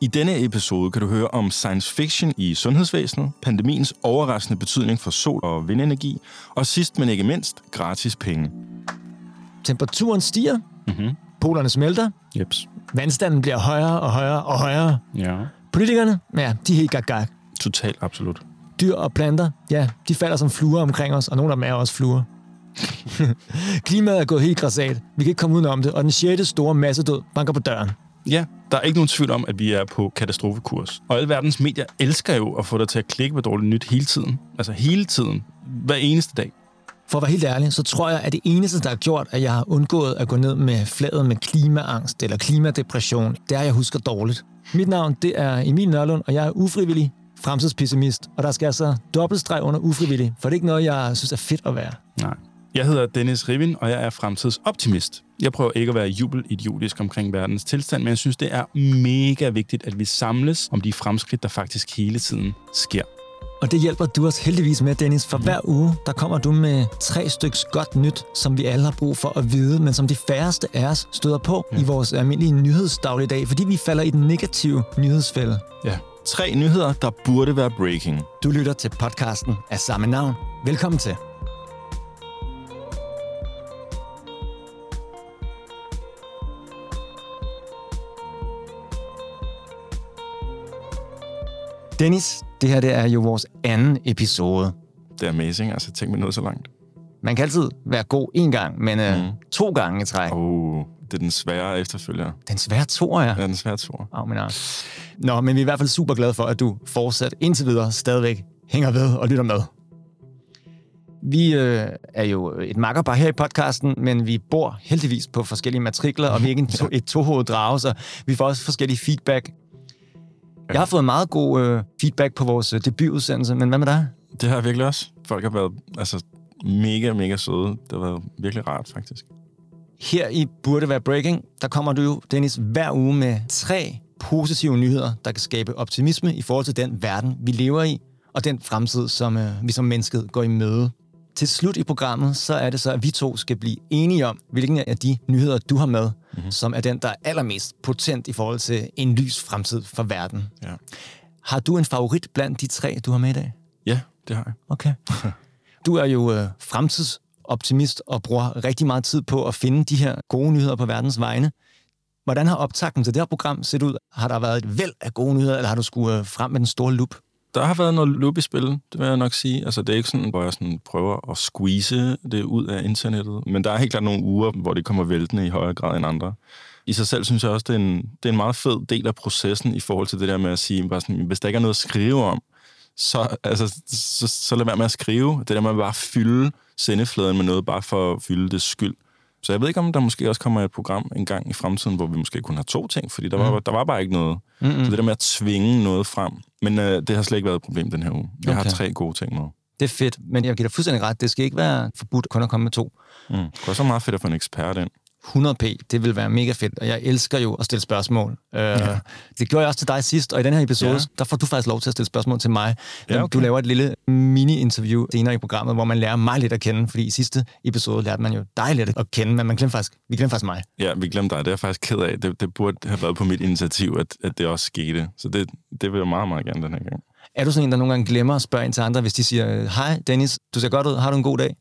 I denne episode kan du høre om science fiction i sundhedsvæsenet, pandemiens overraskende betydning for sol- og vindenergi, og sidst men ikke mindst, gratis penge. Temperaturen stiger, polerne smelter, Jeps. vandstanden bliver højere og højere og højere. Ja. Politikerne, ja, de er helt gag. Totalt absolut. Dyr og planter, ja, de falder som fluer omkring os, og nogle af dem er også fluer. Klimaet er gået helt grassat. Vi kan ikke komme udenom det, og den 6. store massedød banker på døren. Ja, der er ikke nogen tvivl om, at vi er på katastrofekurs. Og alle verdens medier elsker jo at få dig til at klikke på dårligt nyt hele tiden. Altså hele tiden. Hver eneste dag. For at være helt ærlig, så tror jeg, at det eneste, der har gjort, at jeg har undgået at gå ned med fladet med klimaangst eller klimadepression, det er, at jeg husker dårligt. Mit navn, det er Emil Nørlund, og jeg er ufrivillig fremtidspessimist. Og der skal altså dobbeltstreg under ufrivillig, for det er ikke noget, jeg synes er fedt at være. Nej. Jeg hedder Dennis Rivin, og jeg er fremtidsoptimist. Jeg prøver ikke at være jubelidiotisk omkring verdens tilstand, men jeg synes, det er mega vigtigt, at vi samles om de fremskridt, der faktisk hele tiden sker. Og det hjælper du os heldigvis med, Dennis, for hver uge, der kommer du med 3 styks godt nyt, som vi alle har brug for at vide, men som de færreste af os støder på i vores almindelige nyhedsdagligdag, fordi vi falder i den negative nyhedsfælde. Ja. 3 nyheder, der burde være breaking. Du lytter til podcasten af samme navn. Velkommen til. Dennis, det her det er jo vores anden episode. Det er amazing, altså tænk mig noget så langt. Man kan altid være god 1 gang, men 2 gange i træk. Det er den svære efterfølger. Den svære toer, ja. Ja, den svære toer. Nå, men vi er i hvert fald super glade for, at du fortsat indtil videre stadigvæk hænger ved og lytter med. Vi er jo et makkerpar her i podcasten, men vi bor heldigvis på forskellige matrikler, og vi er ikke et tohovedet drage, så vi får også forskellige feedback. Jeg har fået meget god feedback på vores debutudsendelse, men hvad med dig? Det har jeg virkelig også. Folk har været mega søde. Det har været virkelig rart, faktisk. Her i Burde Være Breaking, der kommer du jo, Dennis, hver uge med 3 positive nyheder, der kan skabe optimisme i forhold til den verden, vi lever i, og den fremtid, som vi som mennesket går i møde. Til slut i programmet, så er det så, at vi 2 skal blive enige om, hvilken af de nyheder, du har med, som er den, der er allermest potent i forhold til en lys fremtid for verden. Ja. Har du en favorit blandt de 3, du har med i dag? Ja, det har jeg. Okay. Du er jo fremtidsoptimist og bruger rigtig meget tid på at finde de her gode nyheder på verdens vegne. Hvordan har optakten til det her program set ud? Har der været et væld af gode nyheder, eller har du skulle frem med den store lup? Der har været noget lup i spil, det vil jeg nok sige. Altså, det er ikke sådan, hvor jeg sådan prøver at squeeze det ud af internettet. Men der er helt klart nogle uger, hvor det kommer væltende i højere grad end andre. I sig selv synes jeg også, det er en meget fed del af processen i forhold til det der med at sige, bare sådan, hvis der ikke er noget at skrive om, så lad være med at skrive. Det der med at bare fylde sendefladen med noget, bare for at fylde det skyld. Så jeg ved ikke, om der måske også kommer et program en gang i fremtiden, hvor vi måske kun har 2 ting, fordi der var bare ikke noget. Så det der med at tvinge noget frem. Men det har slet ikke været et problem den her uge. Jeg har 3 gode ting med. Det er fedt, men jeg giver dig fuldstændig ret. Det skal ikke være forbudt kun at komme med 2. Det er også meget fedt at få en ekspert ind. 100p, det vil være mega fedt, og jeg elsker jo at stille spørgsmål. Det gjorde jeg også til dig sidst, og i den her episode, der får du faktisk lov til at stille spørgsmål til mig. Ja, okay. Du laver et lille mini-interview senere i programmet, hvor man lærer mig lidt at kende, fordi i sidste episode lærte man jo dig lidt at kende, men vi glemte faktisk mig. Ja, vi glemte dig. Det er jeg faktisk ked af. Det burde have været på mit initiativ, at det også skete. Så det vil jeg meget, meget gerne den her gang. Er du sådan en, der nogle gange glemmer at spørge ind til andre, hvis de siger, hej Dennis, du ser godt ud, har du en god dag?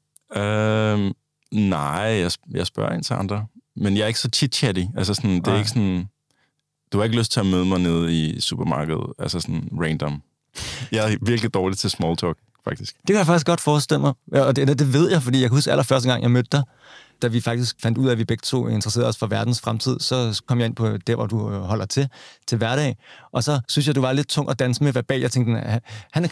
Nej, jeg spørger ind til andre. Men jeg er ikke så chit-chatty. Altså sådan, det er ikke sådan... Du har ikke lyst til at møde mig nede i supermarkedet. Altså sådan random. Jeg er virkelig dårlig til small talk, faktisk. Det kan jeg faktisk godt forestille mig. Og det ved jeg, fordi jeg kan huske allerførste gang, jeg mødte dig, da vi faktisk fandt ud af, at vi begge 2 interesserede os for verdens fremtid, så kom jeg ind på der, hvor du holder til hverdag. Og så synes jeg, du var lidt tung at danse med verbal. Jeg tænkte, han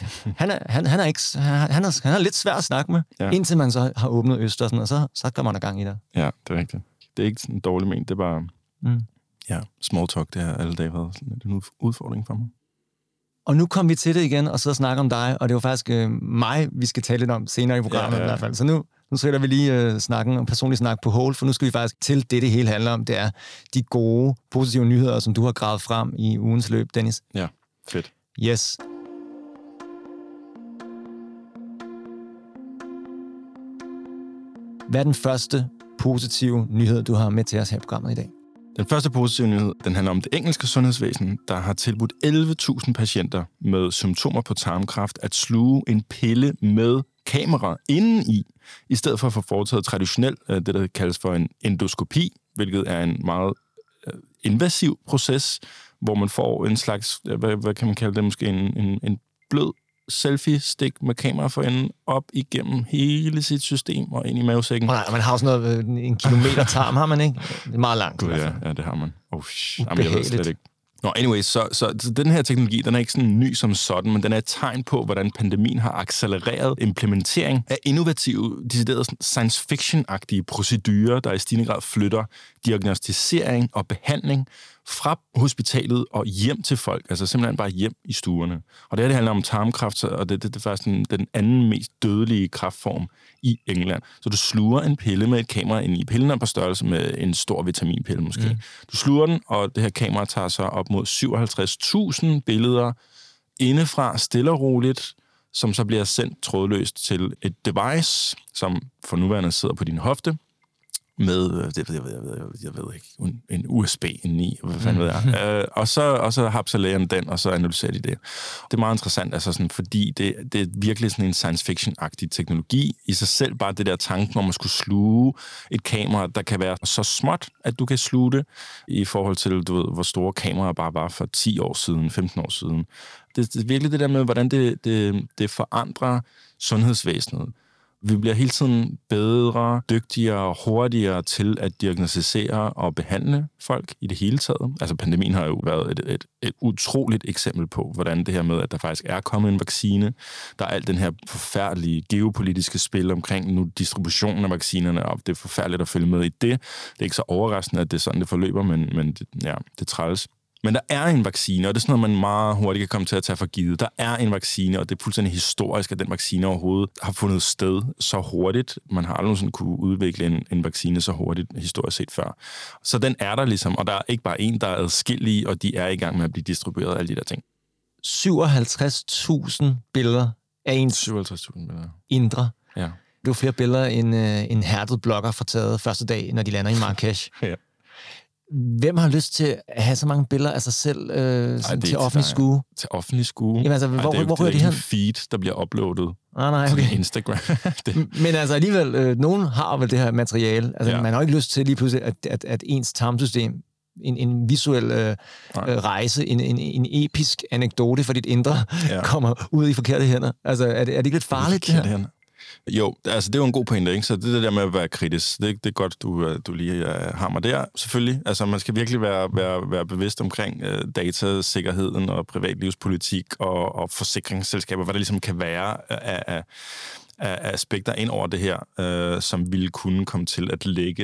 er lidt svær at snakke med, indtil man så har åbnet øst og sådan, og så kommer der gang i det. Ja, det er rigtigt. Det er ikke sådan en dårlig men, det er bare... small talk, det har alle dage været sådan en udfordring for mig. Og nu kom vi til det igen, og så snakke om dig, og det var faktisk mig, vi skal tale lidt om senere i programmet i hvert fald. Så nu sætter vi lige snakken om personlig snak på hold, for nu skal vi faktisk til det hele handler om. Det er de gode, positive nyheder, som du har gravet frem i ugens løb, Dennis. Ja, fedt. Yes. Hvad er den første positive nyhed, du har med til os her i programmet i dag? Den første positive nyhed, den handler om det engelske sundhedsvæsen, der har tilbudt 11.000 patienter med symptomer på tarmkræft at sluge en pille med kamera indeni, i stedet for at få foretaget traditionelt det, der kaldes for en endoskopi, hvilket er en meget invasiv proces, hvor man får en slags, hvad kan man kalde det, måske en blød selfie-stik med kamera for enden op igennem hele sit system og ind i mavesækken. Nej, man har sådan noget, en kilometer tarm, har man ikke? Det er meget langt. Ja, det har man. Jamen, jeg ved slet ikke. Nå, anyways, så den her teknologi, den er ikke sådan ny som sådan, men den er et tegn på, hvordan pandemien har accelereret implementering af innovative, deciderede science fiction-agtige procedurer, der i stigende grad flytter diagnostisering og behandling fra hospitalet og hjem til folk, altså simpelthen bare hjem i stuerne. Og det handler om tarmkræft, og det er faktisk den anden mest dødelige kræftform i England. Så du sluger en pille med et kamera ind i. Pillen er på størrelse med en stor vitaminpille måske. Du sluger den, og det her kamera tager så op mod 57.000 billeder indefra, stille og roligt, som så bliver sendt trådløst til et device, som for nuværende sidder på din hofte, med, jeg ved ikke, en USB indeni, hvad fanden ved jeg. Og så hapser lægerne den, og så analyserer de det. Det er meget interessant, altså sådan, fordi det er virkelig sådan en science fiction-agtig teknologi. I sig selv bare det der tanken om at skulle sluge et kamera, der kan være så småt, at du kan sluge det, i forhold til, du ved, hvor store kameraer bare var for 10 år siden, 15 år siden. Det er virkelig det der med, hvordan det forandrer sundhedsvæsenet. Vi bliver hele tiden bedre, dygtigere og hurtigere til at diagnostisere og behandle folk i det hele taget. Altså pandemien har jo været et utroligt eksempel på, hvordan det her med, at der faktisk er kommet en vaccine. Der er alt den her forfærdelige geopolitiske spil omkring nu distributionen af vaccinerne, og det er forfærdeligt at følge med i det. Det er ikke så overraskende, at det er sådan, det forløber, men det træls. Men der er en vaccine, og det er sådan noget, man meget hurtigt kan komme til at tage for givet. Der er en vaccine, og det er fuldstændig historisk, at den vaccine overhovedet har fundet sted så hurtigt. Man har aldrig sådan kunne udvikle en vaccine så hurtigt, historisk set før. Så den er der ligesom, og der er ikke bare en, der er adskillige, og de er i gang med at blive distribueret, alle de der ting. 57.000 billeder af ens 57.000 billeder. Indre. Ja. Det er jo flere billeder, end en hærdet blogger får taget første dag, når de lander i Marrakesh. Ja. Hvem har lyst til at have så mange billeder af sig selv til offentlig skue? Til offentlig skue? Jamen altså, hvor er det her? Feed, der bliver uploadet nej, okay. til Instagram. Men altså alligevel, nogen har vel det her materiale. Altså, man har ikke lyst til lige pludselig, at ens tarmsystem, en visuel rejse, en episk anekdote for dit indre, kommer ud i forkerte hænder. Altså, er det ikke lidt farligt, det her? Hænder. Jo, altså det er jo en god pointe, ikke? Så det der med at være kritisk, det er godt, du lige har mig der, selvfølgelig. Altså man skal virkelig være bevidst omkring datasikkerheden og privatlivspolitik og forsikringsselskaber, hvad der ligesom kan være af aspekter ind over det her, som ville kunne komme til at lægge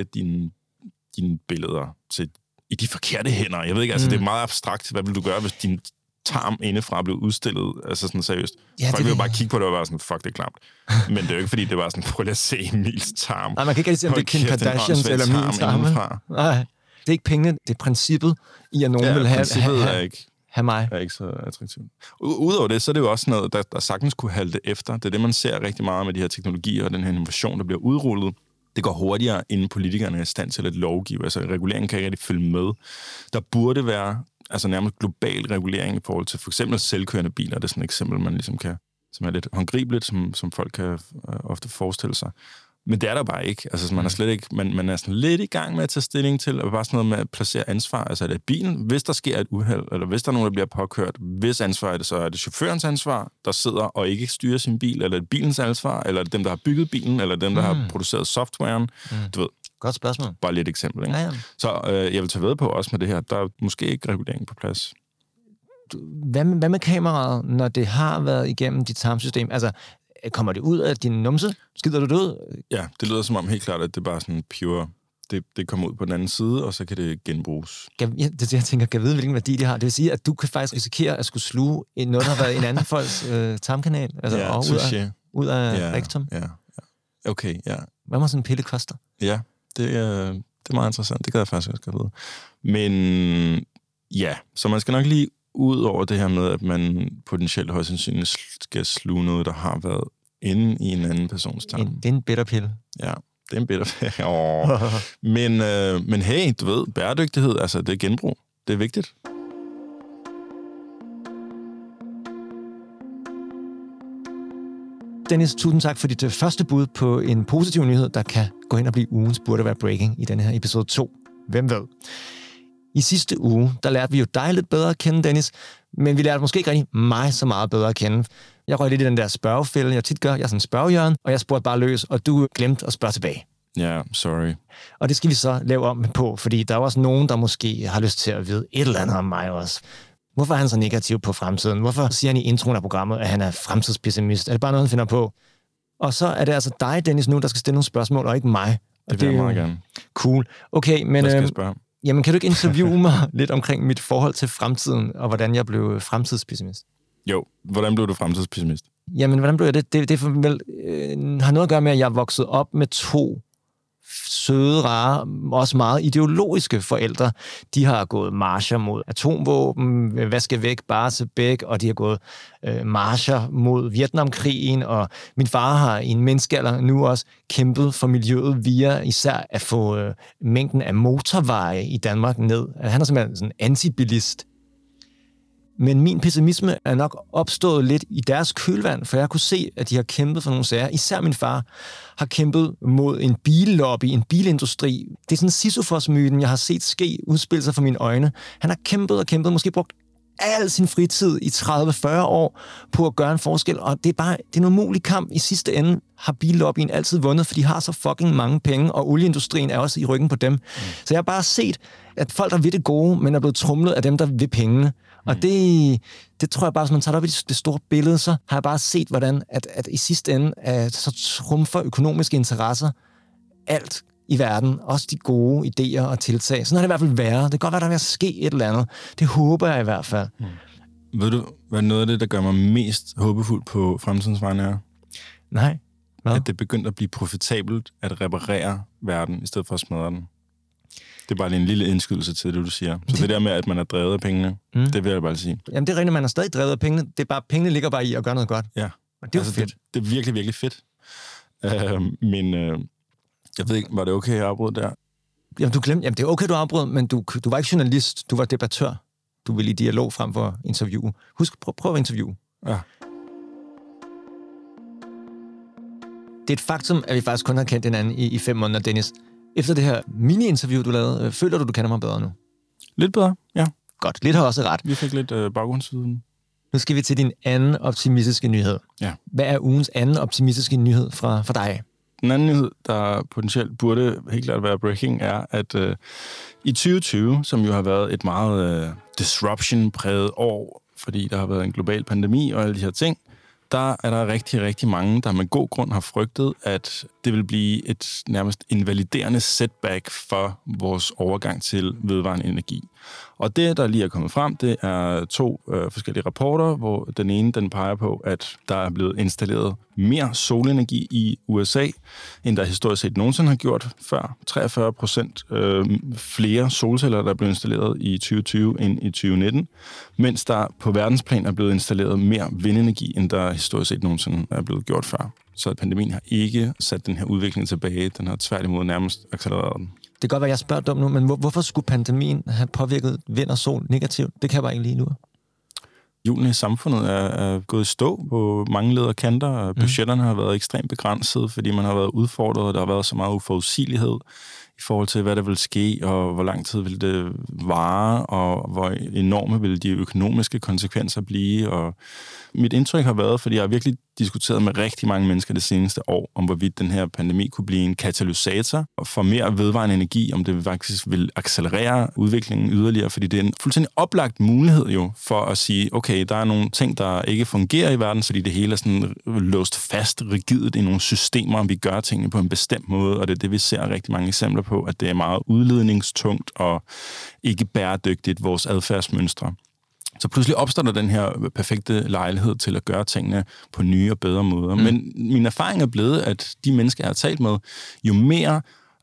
dine billeder i de forkerte hænder. Jeg ved ikke, altså det er meget abstrakt. Hvad vil du gøre, hvis din tarm indefra blev udstillet, altså sådan seriøst. Ja, folk vil jo bare kigge på det og være sådan, fuck, det er klamt. Men det er jo ikke, fordi det var sådan, prøv lige at se Emils tarm. Nej, man kan ikke rigtig se, om det er Kim Kardashians eller min tarm. Nej, det er ikke pengene, det er princippet i, at nogen vil have mig. Er ikke så attraktivt. Udover det, så er det jo også noget, der sagtens kunne halte efter. Det er det, man ser rigtig meget med de her teknologier og den her innovation, der bliver udrullet. Det går hurtigere, inden politikerne er i stand til at lovgive. Altså reguleringen kan ikke rigtig følge med. Der burde være altså nærmest global regulering i forhold til for eksempel selvkørende biler. Det er sådan et eksempel, man ligesom kan, som er lidt håndgribeligt, som folk kan ofte forestille sig. Men det er der bare ikke. Altså man er slet ikke, man er sådan lidt i gang med at tage stilling til, og bare sådan noget med at placere ansvar. Altså er det bilen, hvis der sker et uheld, eller hvis der er nogen, der bliver påkørt, hvis ansvar er det, så er det chaufførens ansvar, der sidder og ikke styrer sin bil, eller er det bilens ansvar, eller er det dem, der har bygget bilen, eller dem, der har produceret softwaren. Du ved. Godt spørgsmål. Bare lidt eksempel, ikke? Ja. Så jeg vil tage ved på også med det her, der er måske ikke regulering på plads. Hvad med kameraet, når det har været igennem dit tarmsystem? Altså, kommer det ud af din numse? Skider du det ud? Ja, det lyder som om helt klart, at det er bare sådan pure. Det kommer ud på den anden side, og så kan det genbruges. Jeg tænker, kan jeg vide, hvilken værdi det har? Det vil sige, at du kan faktisk risikere at skulle sluge noget, der har været i en anden folks tarmkanal, altså ja, ud af rektum. Ja. Okay, ja. Hvad må sådan en pille koster? Ja, det er meget interessant. Det kan jeg faktisk også godt vide. Men ja, så man skal nok lige ud over det her med, at man potentielt højst sandsynligt skal sluge noget, der har været inde i en anden persons tarm. Det er en bitter pille. Ja. Det er en bitter. Men hey, du ved, bæredygtighed, altså det er genbrug. Det er vigtigt. Dennis, tusind tak for dit første bud på en positiv nyhed, der kan gå hen og blive ugens burde være breaking i denne her episode 2. Hvem ved? I sidste uge, der lærte vi jo dig lidt bedre at kende, Dennis, men vi lærte måske ikke rigtig mig så meget bedre at kende. Jeg røg lidt i den der spørgefælde, jeg tit gør. Jeg er sådan en spørgehjørn, og jeg spurgte bare løs, og du glemte at spørge tilbage. Ja, sorry. Og det skal vi så lave om på, fordi der er også nogen, der måske har lyst til at vide et eller andet om mig også. Hvorfor er han så negativ på fremtiden? Hvorfor siger han i introen af programmet, at han er fremtidspessimist? Er det bare noget, han finder på? Og så er det altså dig, Dennis, nu, der skal stille nogle spørgsmål, og ikke mig. Det vil jeg meget gerne. Cool. Okay, men... Hvad skal jeg spørge? Jamen, kan du ikke interviewe mig lidt omkring mit forhold til fremtiden, og hvordan jeg blev fremtidspessimist? Jo, hvordan blev du fremtidspessimist? Jamen, hvordan blev jeg det? Det har noget at gøre med, at jeg er vokset op med 2 søde, rare, også meget ideologiske forældre. De har gået marcher mod atomvåben, vaske væk, Barse Bæk, og de har gået marcher mod Vietnamkrigen, og min far har i en menneskealder nu også kæmpet for miljøet via især at få mængden af motorveje i Danmark ned. Han er simpelthen sådan en antibilist. Men min pessimisme er nok opstået lidt i deres kølvand, for jeg kunne se, at de har kæmpet for nogle sager. Især min far har kæmpet mod en billobby, en bilindustri. Det er sådan Sisyfos-myten, jeg har set ske udspille sig for mine øjne. Han har kæmpet og kæmpet, måske brugt al sin fritid i 30-40 år på at gøre en forskel, og det er en umulig kamp. I sidste ende har billobbyen altid vundet, for de har så fucking mange penge, og olieindustrien er også i ryggen på dem. Så jeg har bare set, at folk, der vil det gode, men er blevet tromlet af dem, der vil pengene. Og det tror jeg bare, hvis man tager op i det store billede, så har jeg bare set, hvordan at i sidste ende så trumfer økonomiske interesser alt i verden, også de gode idéer og tiltag. Sådan har det i hvert fald været. Det kan godt være, der vil ske et eller andet. Det håber jeg i hvert fald. Ved du, hvad noget af det, der gør mig mest håbefuld på fremtidens vegne er? Nej. Hvad? At det begyndte at blive profitabelt at reparere verden, i stedet for at smadre den. Det er bare lige en lille indskydelse til det, du siger. Så det der med, at man er drevet af pengene, det vil jeg bare sige. Jamen det er rigtigt, man er stadig drevet af pengene. Det er bare, pengene ligger bare i at gøre noget godt. Ja. Og det er fedt. Det er virkelig, virkelig fedt. Men jeg ved ikke, var det okay, jeg afbrød der? Jamen du glemte, det er okay, du afbrød, men du var ikke journalist, du var debattør. Du ville i dialog frem for interview. Husk, prøv at interviewe. Ja. Det er et faktum, at vi faktisk kun har kendt hinanden i 5 måneder, Dennis. Efter det her mini-interview, du lavede, føler du kender mig bedre nu? Lidt bedre, ja. Godt, lidt har også ret. Vi fik lidt baggrundsviden. Nu skal vi til din anden optimistiske nyhed. Ja. Hvad er ugens anden optimistiske nyhed fra dig? Den anden nyhed, der potentielt burde helt klart være breaking, er, at i 2020, som jo har været et meget disruption-præget år, fordi der har været en global pandemi og alle de her ting, der er der rigtig, rigtig mange, der med god grund har frygtet, at det vil blive et nærmest invaliderende setback for vores overgang til vedvarende energi. Og det, der lige er kommet frem, det er 2 forskellige rapporter, hvor den ene den peger på, at der er blevet installeret mere solenergi i USA, end der historisk set nogensinde har gjort før. 43% flere solceller, der er blevet installeret i 2020 end i 2019, mens der på verdensplan er blevet installeret mere vindenergi, end der historisk set nogensinde er blevet gjort før. Så pandemien har ikke sat den her udvikling tilbage. Den har tværtimod nærmest accelereret den. Det kan godt være, jeg spørger dumt nu, men hvorfor skulle pandemien have påvirket vind og sol negativt? Det kan jeg bare ikke lige lure. Hjulene i samfundet er gået i stå på mange leder og kanter. Budgetterne har været ekstremt begrænset, fordi man har været udfordret, og der har været så meget uforudsigelighed i forhold til, hvad der vil ske, og hvor lang tid vil det vare, og hvor enorme vil de økonomiske konsekvenser blive. Og mit indtryk har været, fordi jeg har virkelig diskuteret med rigtig mange mennesker det seneste år, om hvorvidt den her pandemi kunne blive en katalysator for mere vedvarende energi, om det faktisk vil accelerere udviklingen yderligere, fordi det er en fuldstændig oplagt mulighed jo for at sige, okay, der er nogle ting, der ikke fungerer i verden, fordi det hele er sådan låst fast, rigidt i nogle systemer, vi gør tingene på en bestemt måde, og det er det, vi ser rigtig mange eksempler på, at det er meget udledningstungt og ikke bæredygtigt, vores adfærdsmønstre. Så pludselig opstår der den her perfekte lejlighed til at gøre tingene på nye og bedre måder. Men min erfaring er blevet, at de mennesker, jeg har talt med, jo mere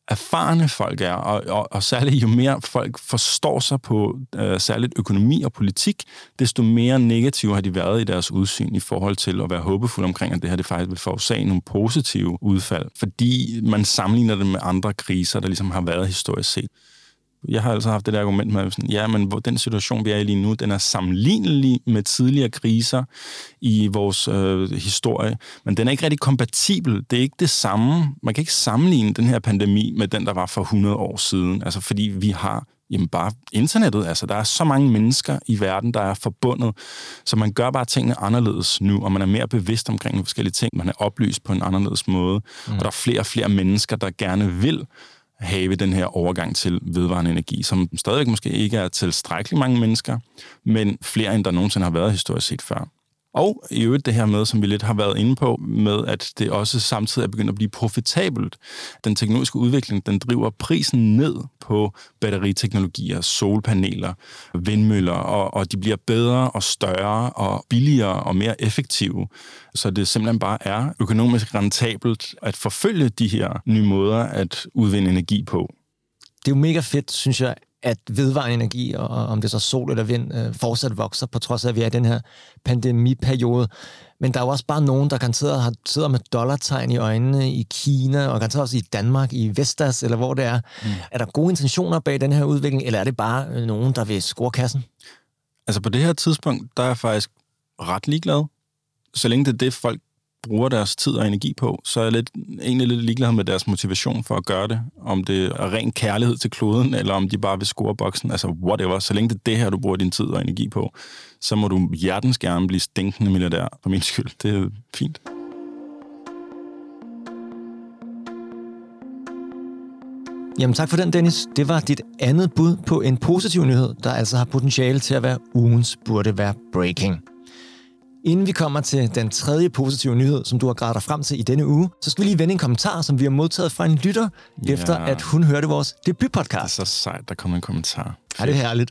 erfarne folk er, og særligt jo mere folk forstår sig på særligt økonomi og politik, desto mere negative har de været i deres udsyn i forhold til at være håbefulde omkring, at det her det faktisk vil forårsage nogle positive udfald, fordi man sammenligner det med andre kriser, der ligesom har været historisk set. Jeg har altså haft det der argument med, sådan, ja, men den situation, vi er i lige nu, den er sammenlignelig med tidligere kriser i vores historie, men den er ikke rigtig kompatibel. Det er ikke det samme. Man kan ikke sammenligne den her pandemi med den, der var for 100 år siden. Altså, fordi vi har bare internettet. Altså, der er så mange mennesker i verden, der er forbundet, så man gør bare tingene anderledes nu, og man er mere bevidst omkring nogle forskellige ting. Man er oplyst på en anderledes måde, og der er flere og flere mennesker, der gerne vil have den her overgang til vedvarende energi, som stadigvæk måske ikke er tilstrækkeligt mange mennesker, men flere end der nogensinde har været historisk set før. Og i øvrigt det her med, som vi lidt har været inde på, med at det også samtidig er begyndt at blive profitabelt. Den teknologiske udvikling, den driver prisen ned på batteriteknologier, solpaneler, vindmøller, og de bliver bedre og større og billigere og mere effektive. Så det simpelthen bare er økonomisk rentabelt at forfølge de her nye måder at udvinde energi på. Det er jo mega fedt, synes jeg, at vedvarende energi, og om det så sol eller vind, fortsat vokser, på trods af, at vi er i den her pandemiperiode. Men der er jo også bare nogen, der garanteret sidder med dollartegn i øjnene i Kina, og garanteret også i Danmark, i Vestas, eller hvor det er. Er der gode intentioner bag den her udvikling, eller er det bare nogen, der vil score kassen? Altså på det her tidspunkt, der er jeg faktisk ret ligeglad. Så længe det er det, folk bruger deres tid og energi på, så er jeg egentlig lidt ligeglad med deres motivation for at gøre det. Om det er ren kærlighed til kloden, eller om de bare vil score boksen. Altså whatever. Så længe det er det her, du bruger din tid og energi på, så må du hjertens gerne blive stinkende milliardær for min skyld. Det er fint. Jamen tak for den, Dennis. Det var dit andet bud på en positiv nyhed, der altså har potentiale til at være ugens burde være breaking. Inden vi kommer til den tredje positive nyhed, som du har gradet dig frem til i denne uge, så skal vi lige vende en kommentar, som vi har modtaget fra en lytter, efter at hun hørte vores debutpodcast. Det er så sejt, der kommer en kommentar. Ja, det er herligt.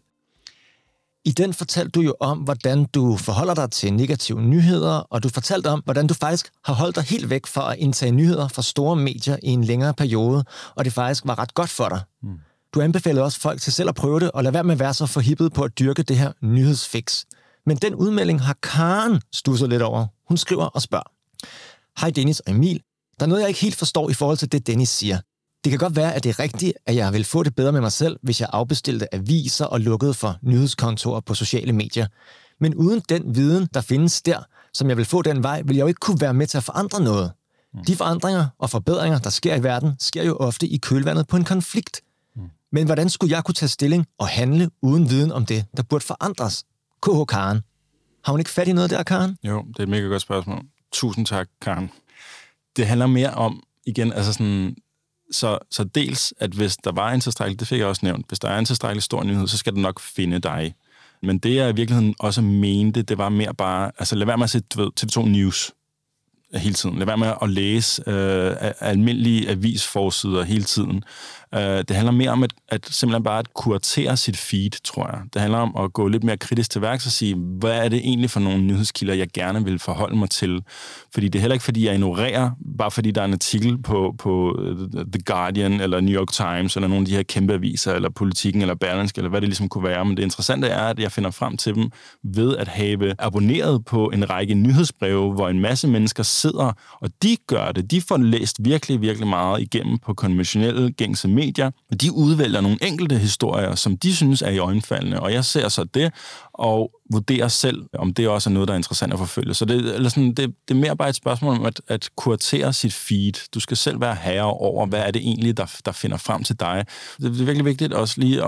I den fortalte du jo om, hvordan du forholder dig til negative nyheder, og du fortalte om, hvordan du faktisk har holdt dig helt væk fra at indtage nyheder fra store medier i en længere periode, og det faktisk var ret godt for dig. Du anbefalede også folk til selv at prøve det, og lade være med at være så forhippet på at dyrke det her nyhedsfix. Men den udmelding har Karen stusset lidt over. Hun skriver og spørger: Hej Dennis og Emil. Der er noget, jeg ikke helt forstår i forhold til det, Dennis siger. Det kan godt være, at det er rigtigt, at jeg vil få det bedre med mig selv, hvis jeg afbestilte aviser og lukkede for nyhedskontorer på sociale medier. Men uden den viden, der findes der, som jeg vil få den vej, vil jeg jo ikke kunne være med til at forandre noget. De forandringer og forbedringer, der sker i verden, sker jo ofte i kølvandet på en konflikt. Men hvordan skulle jeg kunne tage stilling og handle uden viden om det, der burde forandres? KH Karen. Har hun ikke fat i noget der, Karen? Jo, det er et mega godt spørgsmål. Tusind tak, Karen. Det handler mere om, igen, altså sådan, så dels, at hvis der var en tilstrækkelig, det fik jeg også nævnt, hvis der er en tilstrækkelig stor nyhed, så skal den nok finde dig. Men det, jeg i virkeligheden også mente, det var mere bare, altså lad være med at se TV2 News hele tiden. Lad være med at læse almindelige avisforsider hele tiden. Det handler mere om at simpelthen bare at kuratere sit feed, tror jeg. Det handler om at gå lidt mere kritisk til værks og sige, hvad er det egentlig for nogle nyhedskilder, jeg gerne vil forholde mig til? Fordi det er heller ikke, fordi jeg ignorerer, bare fordi der er en artikel på The Guardian, eller New York Times, eller nogle af de her kæmpe aviser, eller Politiken, eller Berlingske, eller hvad det ligesom kunne være. Men det interessante er, at jeg finder frem til dem ved at have abonneret på en række nyhedsbreve, hvor en masse mennesker sidder, og de gør det. De får læst virkelig, virkelig meget igennem på konventionelle, gængse medier, og de udvælger nogle enkelte historier, som de synes er i øjenfaldende, og jeg ser så det, og vurderer selv, om det også er noget, der er interessant at forfølge. Så det er mere bare et spørgsmål om at kuratere sit feed. Du skal selv være herre over, hvad er det egentlig, der finder frem til dig. Det er virkelig vigtigt også lige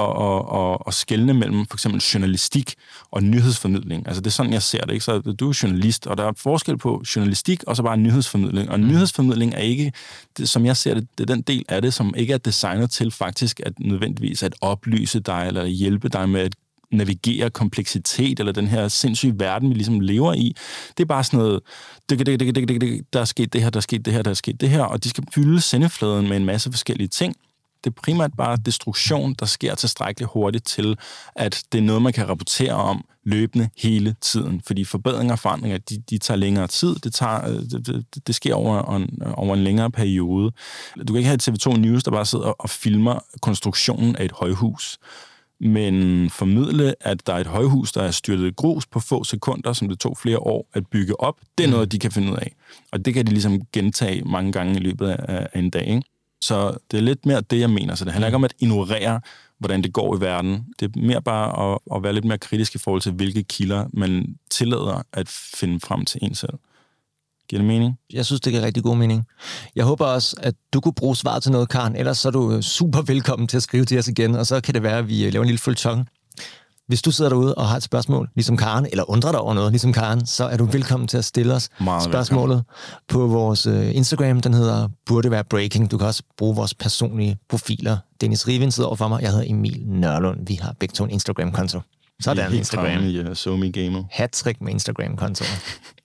at skelne mellem for eksempel journalistik og nyhedsformidling. Altså det er sådan, jeg ser det. Ikke? Så du er journalist, og der er forskel på journalistik og så bare nyhedsformidling. Og nyhedsformidling er ikke, som jeg ser det, det er den del af det, som ikke er designet til faktisk at nødvendigvis at oplyse dig eller hjælpe dig med at navigere kompleksitet, eller den her sindssyge verden, vi ligesom lever i. Det er bare sådan noget, der er sket det her, der er sket det her, der er sket det her, og de skal fylde sendefladen med en masse forskellige ting. Det er primært bare destruktion, der sker tilstrækkeligt hurtigt til, at det er noget, man kan rapportere om løbende hele tiden. Fordi forbedringer og forandringer, de tager længere tid. Det sker over en længere periode. Du kan ikke have TV2 News, der bare sidder og filmer konstruktionen af et højhus, men formidle, at der er et højhus, der er styrtet grus på få sekunder, som det tog flere år at bygge op, det er noget, de kan finde ud af. Og det kan de ligesom gentage mange gange i løbet af en dag, ikke? Så det er lidt mere det, jeg mener. Så det handler ikke om at ignorere, hvordan det går i verden. Det er mere bare at være lidt mere kritisk i forhold til, hvilke kilder man tillader at finde frem til en selv. Giver det mening? Jeg synes, det giver rigtig god mening. Jeg håber også, at du kunne bruge svaret til noget, Karen. Ellers så er du super velkommen til at skrive til os igen, og så kan det være, at vi laver en lille føljeton. Hvis du sidder derude og har et spørgsmål, ligesom Karen, eller undrer dig over noget, ligesom Karen, så er du velkommen til at stille os spørgsmålet på vores Instagram. Den hedder Burde Være Breaking. Du kan også bruge vores personlige profiler. Dennis Rivin sidder over for mig. Jeg hedder Emil Nørlund. Vi har begge to en Instagram-konto. Sådan Instagram. Ja, SoMe Gamer. Hattrick med Instagram-kontoen.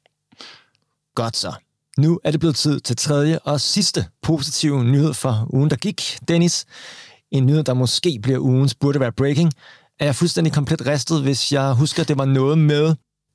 Godt så. Nu er det blevet tid til tredje og sidste positive nyhed for ugen, der gik. Dennis, en nyhed, der måske bliver ugens Burde Være Breaking. Er jeg fuldstændig komplet ristet, hvis jeg husker, det var noget med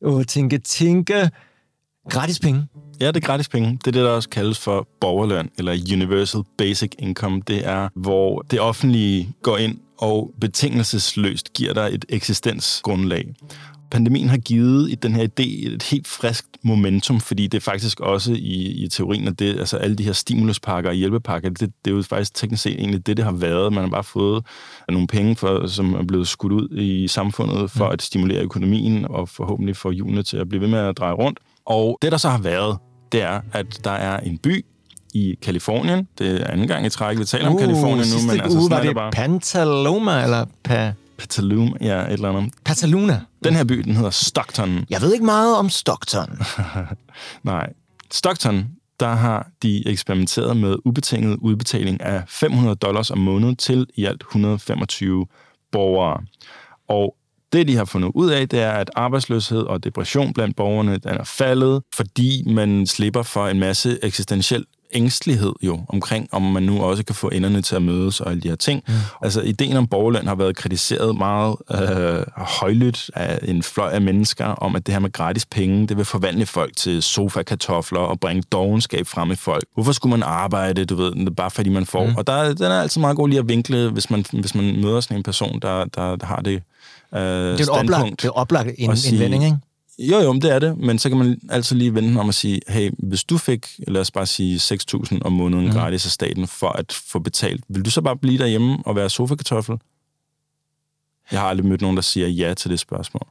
tænke gratis penge? Ja, det er gratis penge. Det er det, der også kaldes for borgerløn, eller Universal Basic Income. Det er, hvor det offentlige går ind og betingelsesløst giver dig et eksistensgrundlag. Pandemien har givet i den her idé et helt friskt momentum, fordi det er faktisk også i teorien, at det, altså alle de her stimuluspakker og hjælpepakker, det er jo faktisk teknisk set egentlig det har været. Man har bare fået nogle penge, som er blevet skudt ud i samfundet for at stimulere økonomien og forhåbentlig få hjulene til at blive ved med at dreje rundt. Og det, der så har været, det er, at der er en by i Kalifornien. Det er anden gang i træk, vi taler om Kalifornien nu. Men altså, var det bare Pantaloma eller Petaluma, ja, et eller andet. Petaluna. Den her by, den hedder Stockton. Jeg ved ikke meget om Stockton. Nej. Stockton, der har de eksperimenteret med ubetinget udbetaling af $500 om måneden til i alt 125 borgere. Og det, de har fundet ud af, det er, at arbejdsløshed og depression blandt borgerne, den er faldet, fordi man slipper for en masse eksistentiel ængstelighed jo omkring, om man nu også kan få enderne til at mødes og alle de her ting. Altså, ideen om borgerløn har været kritiseret meget højlydt af en fløj af mennesker, om at det her med gratis penge, det vil forvandle folk til sofa-kartofler og bringe dovenskab frem i folk. Hvorfor skulle man arbejde, du ved, bare fordi man får? Og den er altid meget god lige at vinkle, hvis man møder sådan en person, der har det standpunkt. Det er oplagt en vending, ikke? Jo, det er det, men så kan man altid lige vende om at sige, hey, hvis du fik, lad os bare sige, 6.000 om måneden gratis af staten for at få betalt, vil du så bare blive derhjemme og være sofa-kartoffel? Jeg har aldrig mødt nogen, der siger ja til det spørgsmål.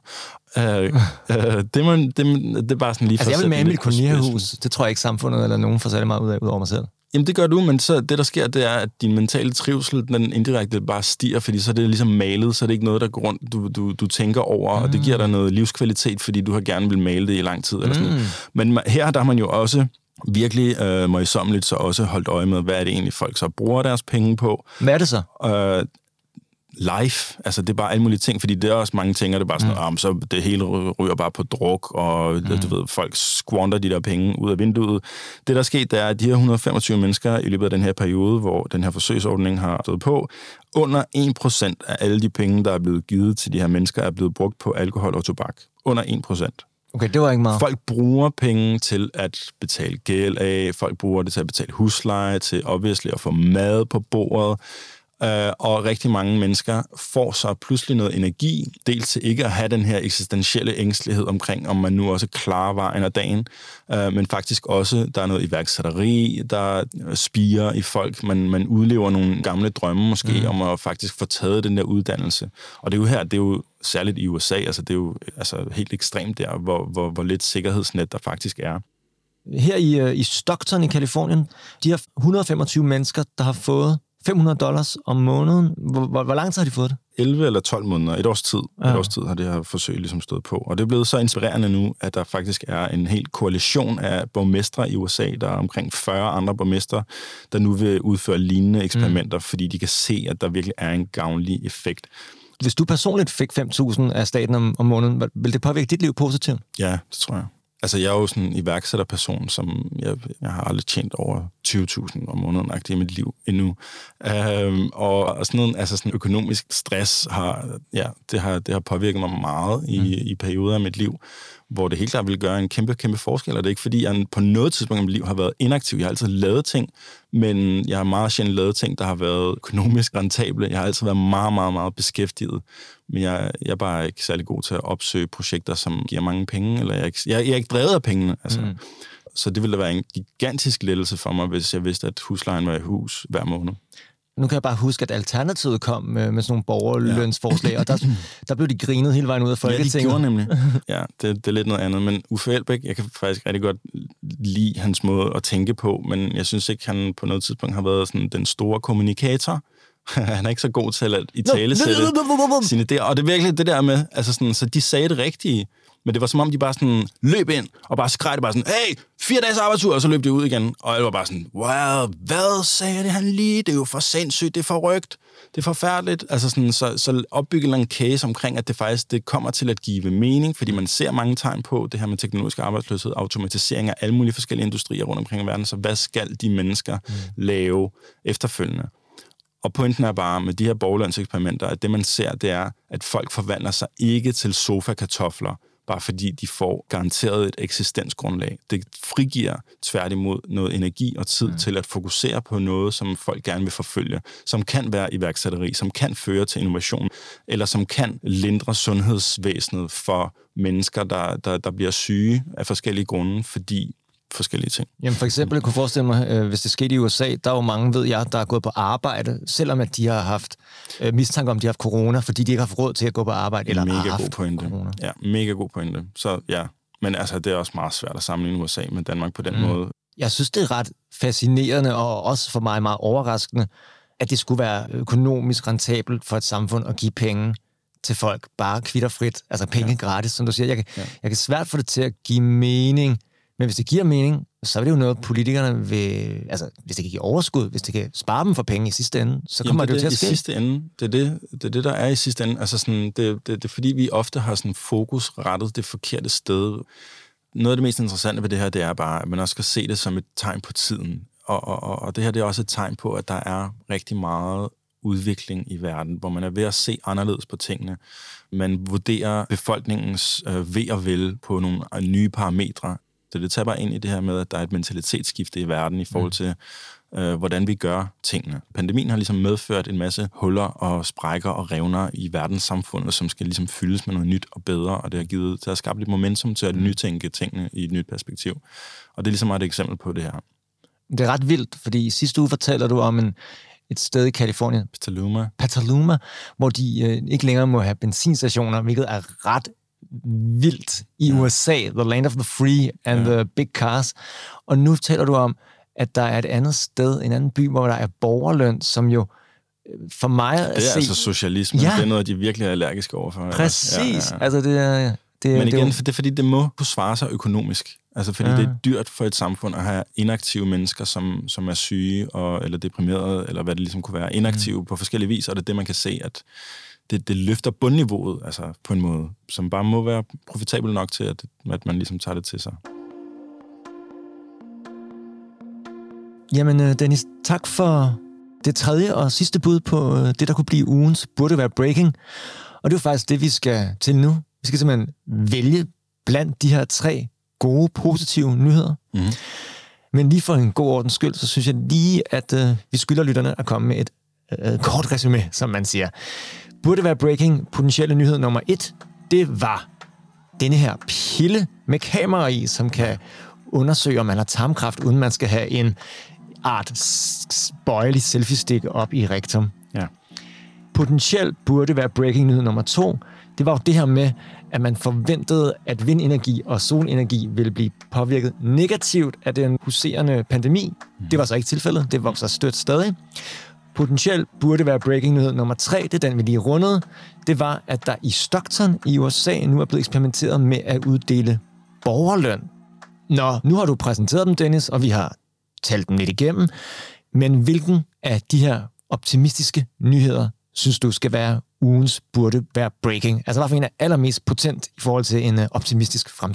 Det er bare sådan lige for jeg vil med mit kolonierhus. Det tror jeg ikke samfundet eller nogen får særlig meget ud af, ud over mig selv. Jamen, det gør du, men så det, der sker, det er, at din mentale trivsel, den indirekte bare stiger, fordi så er det ligesom malet, så er det ikke noget, der går rundt, du tænker over, og det giver dig noget livskvalitet, fordi du har gerne vil male det i lang tid. Eller sådan. Men her der har man jo også virkelig møjsommeligt så også holdt øje med, hvad er det egentlig, folk så bruger deres penge på. Hvad er det så? Life, altså det er bare alle mulige ting, fordi det er også mange ting, og det er bare sådan, så det hele ryger bare på druk, og du ved, folk squander de der penge ud af vinduet. Det, der er sket, det er, at de her 125 mennesker i løbet af den her periode, hvor den her forsøgsordning har stået på, under 1% af alle de penge, der er blevet givet til de her mennesker, er blevet brugt på alkohol og tobak. Under 1%. Okay, det var ikke meget. Folk bruger penge til at betale gæld af, folk bruger det til at betale husleje, til obviously at få mad på bordet, og rigtig mange mennesker får så pludselig noget energi, dels til ikke at have den her eksistentielle ængstelighed omkring, om man nu også klarer vejen af dagen, men faktisk også, der er noget iværksætteri, der spirer i folk, man udlever nogle gamle drømme måske, om at faktisk få taget den der uddannelse. Og det er jo her, det er jo særligt i USA, altså det er jo helt ekstremt der, hvor lidt sikkerhedsnet der faktisk er. Her i Stockton i Kalifornien, de har 125 mennesker, der har fået $500 om måneden. Hvor lang tid har de fået det? 11 eller 12 måneder. Et års tid. Ja. Et års tid har det her forsøg ligesom stået på. Og det er blevet så inspirerende nu, at der faktisk er en hel koalition af borgmestre i USA. Der er omkring 40 andre borgmestre, der nu vil udføre lignende eksperimenter, fordi de kan se, at der virkelig er en gavnlig effekt. Hvis du personligt fik 5.000 af staten om måneden, vil det påvirke dit liv positivt? Ja, det tror jeg. Altså, jeg er jo sådan en iværksætterperson, som jeg har aldrig tjent over 20.000 om måneden i mit liv endnu. Og sådan noget, altså sådan økonomisk stress det har påvirket mig meget i perioder af mit liv, hvor det helt klart vil gøre en kæmpe forskel. Og det er ikke, fordi jeg på noget tidspunkt i mit liv har været inaktiv. Jeg har altid lavet ting, men jeg har meget sjældent lavet ting, der har været økonomisk rentable. Jeg har altid været meget, meget, meget beskæftiget. Men jeg er bare ikke særlig god til at opsøge projekter, som giver mange penge, eller jeg er ikke drevet af pengene. Altså. Så det ville da være en gigantisk lettelse for mig, hvis jeg vidste, at huslejen var i hus hver måned. Nu kan jeg bare huske, at Alternativet kom med sådan nogle borgerlønsforslag, og der blev de grinet hele vejen ud af Folketinget. Ja, de gjorde nemlig. Ja, det er lidt noget andet. Men Uffe Elbæk, jeg kan faktisk rigtig godt lide hans måde at tænke på, men jeg synes ikke, han på noget tidspunkt har været sådan den store kommunikator. Han er ikke så god til at italesætte sine idéer. Og det er virkelig det der med, altså sådan, så de sagde det rigtige, men det var som om, de bare sådan løb ind, og bare skreg det bare sådan, hey, 4 dages arbejdstur, og så løb de ud igen. Og jeg var bare sådan, wow, hvad sagde det han lige? Det er jo for sindssygt, det er for rygt, det er forfærdeligt. Altså sådan, så opbygge en case omkring, at det kommer til at give mening, fordi man ser mange tegn på det her med teknologisk arbejdsløshed, automatisering af alle mulige forskellige industrier rundt omkring i verden. Så hvad skal de mennesker lave efterfølgende? Og pointen er bare med de her borgerlønseksperimenter, at det man ser, det er, at folk forvandler sig ikke til sofa-kartofler, bare fordi de får garanteret et eksistensgrundlag. Det frigiver tværtimod noget energi og tid til at fokusere på noget, som folk gerne vil forfølge, som kan være iværksætteri, som kan føre til innovation, eller som kan lindre sundhedsvæsenet for mennesker, der bliver syge af forskellige grunde, fordi forskellige ting. Jamen for eksempel, jeg kunne forestille mig, hvis det skete i USA, der er jo mange, ved jeg, der er gået på arbejde, selvom at de har haft mistanke om, de har haft corona, fordi de ikke har haft råd til at gå på arbejde, eller mega har haft god pointe. Corona. Ja, mega god pointe. Så ja, men altså, det er også meget svært at sammenligne USA med Danmark på den måde. Jeg synes, det er ret fascinerende, og også for mig meget overraskende, at det skulle være økonomisk rentabelt for et samfund at give penge til folk, bare kvitterfrit, altså penge gratis, som du siger. Jeg kan svært få det til at give mening, men hvis det giver mening, så er det jo noget, politikerne vil... Altså, hvis det kan give overskud, hvis det kan spare dem for penge i sidste ende, så kommer det jo til at ske. I sidste ende, det er det, der er i sidste ende. Altså sådan, det er fordi, vi ofte har sådan fokus rettet det forkerte sted. Noget af det mest interessante ved det her, det er bare, at man også skal se det som et tegn på tiden. Og det her, det er også et tegn på, at der er rigtig meget udvikling i verden, hvor man er ved at se anderledes på tingene. Man vurderer befolkningens ved og vel på nogle nye parametre. Så det tager bare ind i det her med, at der er et mentalitetsskifte i verden i forhold til, hvordan vi gør tingene. Pandemien har ligesom medført en masse huller og sprækker og revner i verdenssamfundet, som skal ligesom fyldes med noget nyt og bedre, og det har skabt lidt momentum til at nytænke tingene i et nyt perspektiv. Og det er ligesom et eksempel på det her. Det er ret vildt, fordi sidste uge fortalte du om et sted i Kalifornien, Petaluma, hvor de ikke længere må have benzinstationer, hvilket er ret vildt i USA, the land of the free and the big cars. Og nu taler du om, at der er et andet sted, en anden by, hvor der er borgerløn, som jo for mig at se... Det er altså socialisme. Ja. Det er noget, de virkelig er allergiske overfor. Præcis. Ja. Altså, men igen, det er fordi, det må kunne svare sig økonomisk. Altså, fordi det er dyrt for et samfund at have inaktive mennesker, som er syge, eller deprimerede, eller hvad det ligesom kunne være, inaktive på forskellige vis, og det er det, man kan se, at det løfter bundniveauet, altså på en måde, som bare må være profitabel nok til, at man ligesom tager det til sig. Jamen, Dennis, tak for det tredje og sidste bud på det, der kunne blive ugens burde være breaking. Og det er faktisk det, vi skal til nu. Vi skal simpelthen vælge blandt de her 3 gode, positive nyheder. Mm-hmm. Men lige for en god ordens skyld, så synes jeg lige, at vi skylder lytterne at komme med et kort resume, som man siger. Burde være breaking, potentielle nyhed nummer 1, det var denne her pille med kamera i, som kan undersøge, om man har tarmkræft, uden man skal have en art bøjelig selfie-stik op i rektum. Ja. Potentielt burde være breaking nyhed nummer 2, det var jo det her med, at man forventede, at vindenergi og solenergi ville blive påvirket negativt af den huserende pandemi. Det var så ikke tilfældet, det vokser stødt stadig. Potentielt burde være breaking nyhed nummer 3, det er den, vi lige rundede. Det var, at der i Stockton i USA nu er blevet eksperimenteret med at uddele borgerløn. Nå, nu har du præsenteret dem, Dennis, og vi har talt dem lidt igennem. Men hvilken af de her optimistiske nyheder synes du skal være ugens burde være breaking? Altså, hvad for en er allermest potent i forhold til en optimistisk fremtid?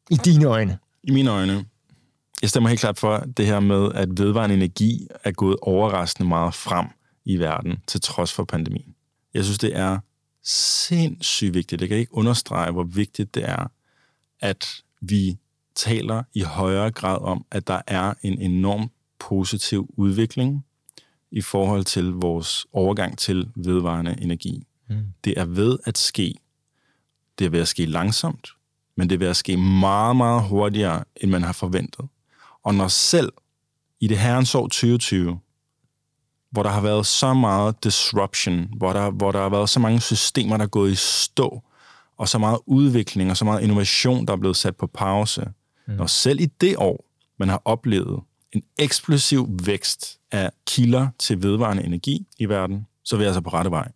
I dine øjne? I mine øjne. Jeg stemmer helt klart for det her med, at vedvarende energi er gået overraskende meget frem i verden, til trods for pandemien. Jeg synes, det er sindssygt vigtigt. Jeg kan ikke understrege, hvor vigtigt det er, at vi taler i højere grad om, at der er en enorm positiv udvikling i forhold til vores overgang til vedvarende energi. Det er ved at ske. Det er ved at ske langsomt, men det er ved at ske meget, meget hurtigere, end man har forventet. Og når selv i det herrens år 2020, hvor der har været så meget disruption, hvor der har været så mange systemer, der er gået i stå, og så meget udvikling og så meget innovation, der er blevet sat på pause. Når selv i det år, man har oplevet en eksplosiv vækst af kilder til vedvarende energi i verden, så er vi altså på rette vej.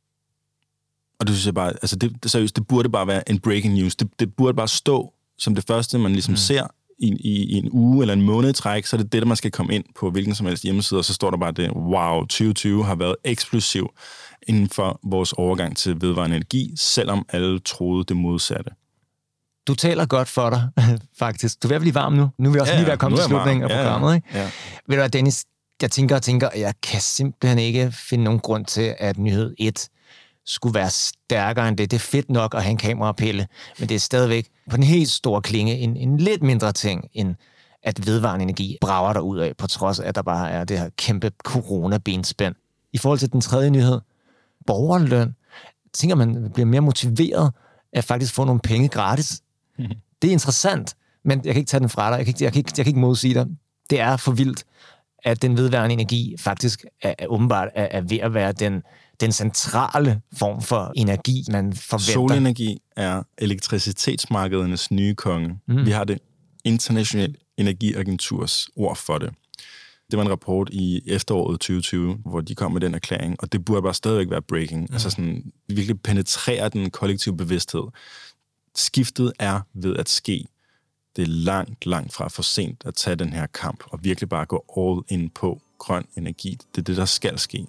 Og det synes jeg bare, altså seriøst, det burde bare være en breaking news. Det burde bare stå som det første, man ligesom ser i en uge eller en måned træk, så er det det, der man skal komme ind på hvilken som helst hjemmeside, og så står der bare det, wow, 2020 har været eksplosiv inden for vores overgang til vedvarende energi, selvom alle troede det modsatte. Du taler godt for dig, faktisk. Du er ved at blive varm nu. Nu er vi også lige ved at komme til slutningen af programmet. Ikke? Ja. Ved du hvad, Dennis, jeg tænker, jeg kan simpelthen ikke finde nogen grund til, at nyhed 1 skulle være stærkere end det. Det er fedt nok at have en kamerapille, men det er stadigvæk på den helt store klinge en lidt mindre ting, end at vedvarende energi brager der ud af, på trods af, at der bare er det her kæmpe corona-benspænd. I forhold til den tredje nyhed, borgerløn, tænker man bliver mere motiveret at faktisk få nogle penge gratis. Det er interessant, men jeg kan ikke tage den fra dig. Jeg kan ikke modsige dig. Det er for vildt, at den vedvarende energi faktisk åbenbart er ved at være den centrale form for energi, man forventer. Solenergi er elektricitetsmarkedernes nye konge. Vi har det internationale energiagenturs ord for det. Det var en rapport i efteråret 2020, hvor de kom med den erklæring, og det burde bare stadigvæk være breaking. Altså sådan virkelig penetrere den kollektive bevidsthed. Skiftet er ved at ske. Det er langt fra for sent at tage den her kamp, og virkelig bare gå all in på grøn energi. Det er det, der skal ske.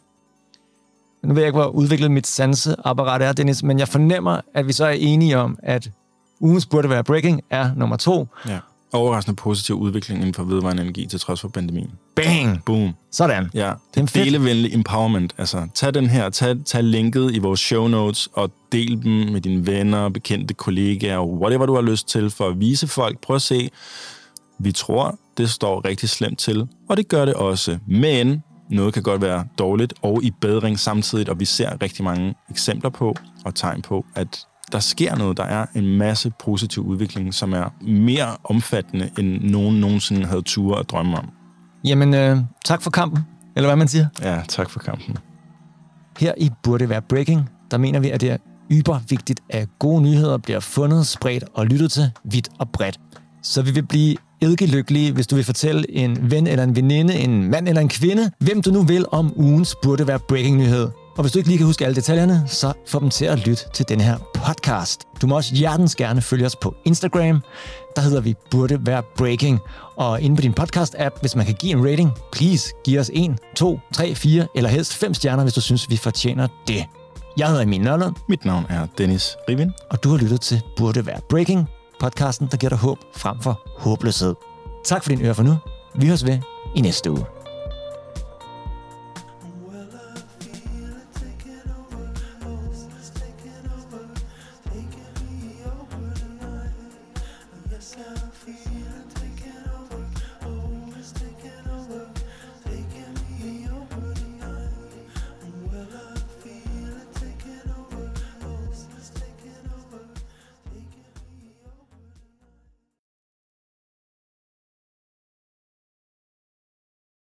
Nu ved jeg ikke, hvor udviklet mit sanseapparat er, Dennis, men jeg fornemmer, at vi så er enige om, at ugens burde være breaking er nummer 2. Ja. Overraskende positiv udvikling inden for vedvarende energi til trods for pandemien. Bang! Boom. Sådan. Ja, det er delevenlig empowerment. Altså, tag den her, tag linket i vores show notes og del dem med dine venner, bekendte kollegaer, whatever du har lyst til, for at vise folk. Prøv at se, vi tror, det står rigtig slemt til, og det gør det også. Men noget kan godt være dårligt og i bedring samtidig, og vi ser rigtig mange eksempler på og tegn på, at der sker noget. Der er en masse positiv udvikling, som er mere omfattende, end nogen nogensinde havde ture at drømme om. Jamen, tak for kampen, eller hvad man siger. Ja, tak for kampen. Her i Burde Være Breaking, der mener vi, at det er ybervigtigt, at gode nyheder bliver fundet, spredt og lyttet til vidt og bredt. Så vi vil blive eddike-lykkelige, hvis du vil fortælle en ven eller en veninde, en mand eller en kvinde, hvem du nu vil om ugens Burde Være Breaking-nyhed. Og hvis du ikke lige kan huske alle detaljerne, så få dem til at lytte til den her podcast. Du må også hjertens gerne følge os på Instagram. Der hedder vi Burde Være Breaking. Og inde på din podcast-app, hvis man kan give en rating, please giv os 1, 2, 3, 4 eller helst 5 stjerner, hvis du synes, vi fortjener det. Jeg hedder Emil Nørlund. Mit navn er Dennis Rivin. Og du har lyttet til Burde Være Breaking, podcasten, der giver dig håb frem for håbløshed. Tak for din øre for nu. Vi høres ved i næste uge.